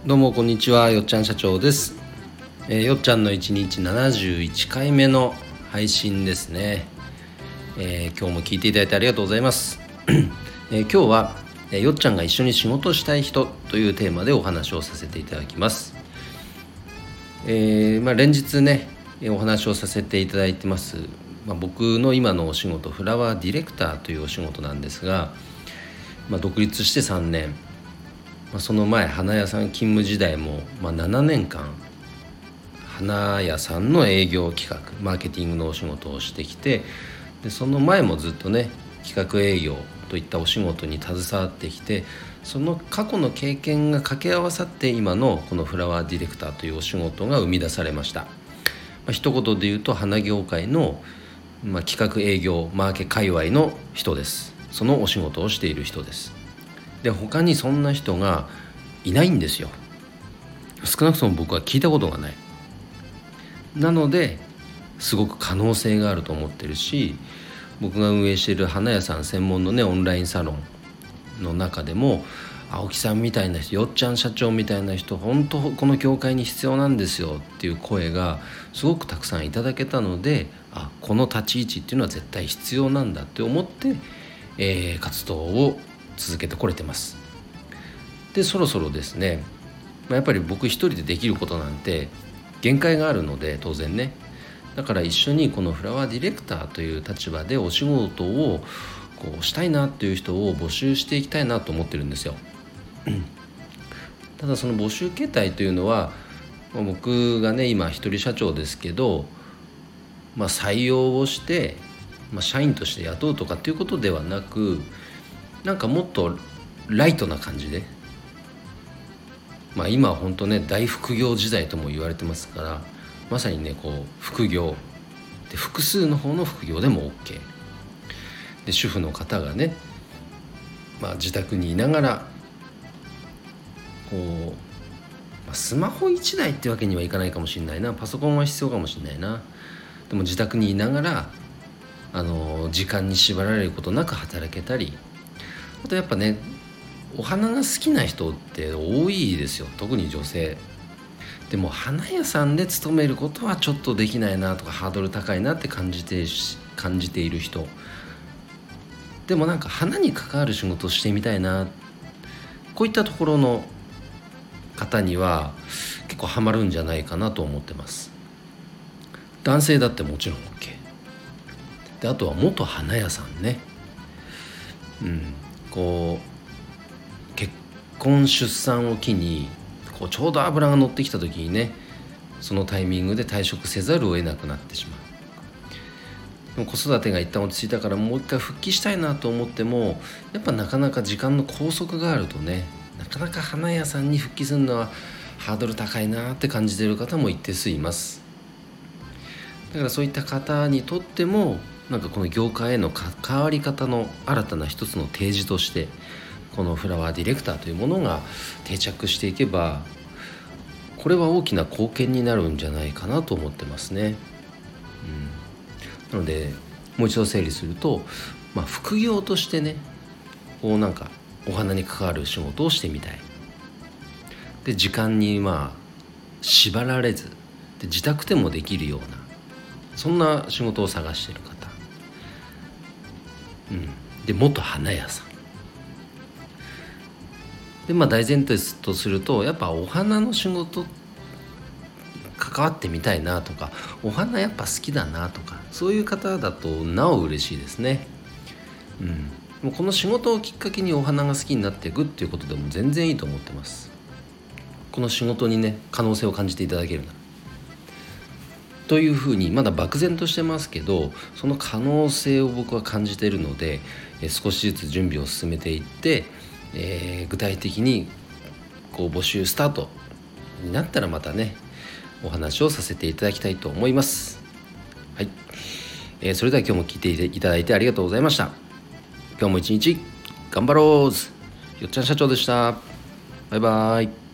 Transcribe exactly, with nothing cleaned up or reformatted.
どうもこんにちは、よっちゃん社長です。えー、よっちゃんのいちにちななじゅういっかいめの配信ですね。えー、今日も聞いていただいてありがとうございます。えー、今日は、えー、よっちゃんが一緒に仕事したい人というテーマでお話をさせていただきます。えーまあ、連日ねお話をさせていただいてます、まあ、僕の今のお仕事フラワーディレクターというお仕事なんですが、まあ、独立してさんねん、まあ、その前花屋さん勤務時代も、まあ、ななねんかん花屋さんの営業企画マーケティングのお仕事をしてきて、でその前もずっとね企画営業といったお仕事に携わってきて、その過去の経験が掛け合わさって今のこのフラワーディレクターというお仕事が生み出されました。まあ、一言で言うと花業界の、まあ、企画営業マーケ界隈の人です。そのお仕事をしている人です。で他にそんな人がいないんですよ。少なくとも僕は聞いたことがない。なのですごく可能性があると思ってるし、僕が運営している花屋さん専門のねオンラインサロンの中でも青木さんみたいな人、よっちゃん社長みたいな人、本当この業界に必要なんですよっていう声がすごくたくさんいただけたので、あこの立ち位置っていうのは絶対必要なんだって思って、えー、活動を続けてこれてます。でそろそろですね、まあ、やっぱり僕一人でできることなんて限界があるので当然ね、だから一緒にこのフラワーディレクターという立場でお仕事をこうしたいなっていう人を募集していきたいなと思ってるんですよ。ただその募集形態というのは、まあ、僕がね今一人社長ですけど、まあ、採用をして、まあ、社員として雇うとかっていうことではなく、なんかもっとライトな感じで、まあ、今は本当ね大副業時代とも言われてますから、まさにねこう副業で複数の方の副業でも OK で、主婦の方がね、まあ、自宅にいながらこう、まあ、スマホいちだいってわけにはいかないかもしれないな、パソコンは必要かもしれないな。でも自宅にいながらあの時間に縛られることなく働けたり、あとやっぱねお花が好きな人って多いですよ、特に女性でも花屋さんで勤めることはちょっとできないなとかハードル高いなって感じて感じている人でもなんか花に関わる仕事をしてみたいな、こういったところの方には結構ハマるんじゃないかなと思ってます。男性だってもちろん OK で、あとは元花屋さんね、うんこう結婚出産を機にこうちょうど脂が乗ってきた時にね、そのタイミングで退職せざるを得なくなってしまう。でも子育てが一旦落ち着いたからもう一回復帰したいなと思っても、やっぱなかなか時間の拘束があるとね、なかなか花屋さんに復帰するのはハードル高いなって感じている方も一定数います。だからそういった方にとってもなんかこの業界への関わり方の新たな一つの提示として、このフラワーディレクターというものが定着していけば、これは大きな貢献になるんじゃないかなと思ってますね。うん、なのでもう一度整理すると、まあ、副業としてねこうなんかお花に関わる仕事をしてみたい。で時間にまあ縛られずで自宅でもできるようなそんな仕事を探している方、うん、で元花屋さんで、まあ、大前提とするとやっぱお花の仕事関わってみたいなとか、お花やっぱ好きだなとか、そういう方だとなお嬉しいですね。うん、もうこの仕事をきっかけにお花が好きになっていくっていうことでも全然いいと思ってます。この仕事にね可能性を感じていただけるなというふうにまだ漠然としてますけど、その可能性を僕は感じているので、え少しずつ準備を進めていって、えー、具体的にこう募集スタートになったらまたねお話をさせていただきたいと思います。はい、えー、それでは今日も聞いていただいてありがとうございました。今日も一日頑張ろう。よっちゃん社長でした。バイバイ。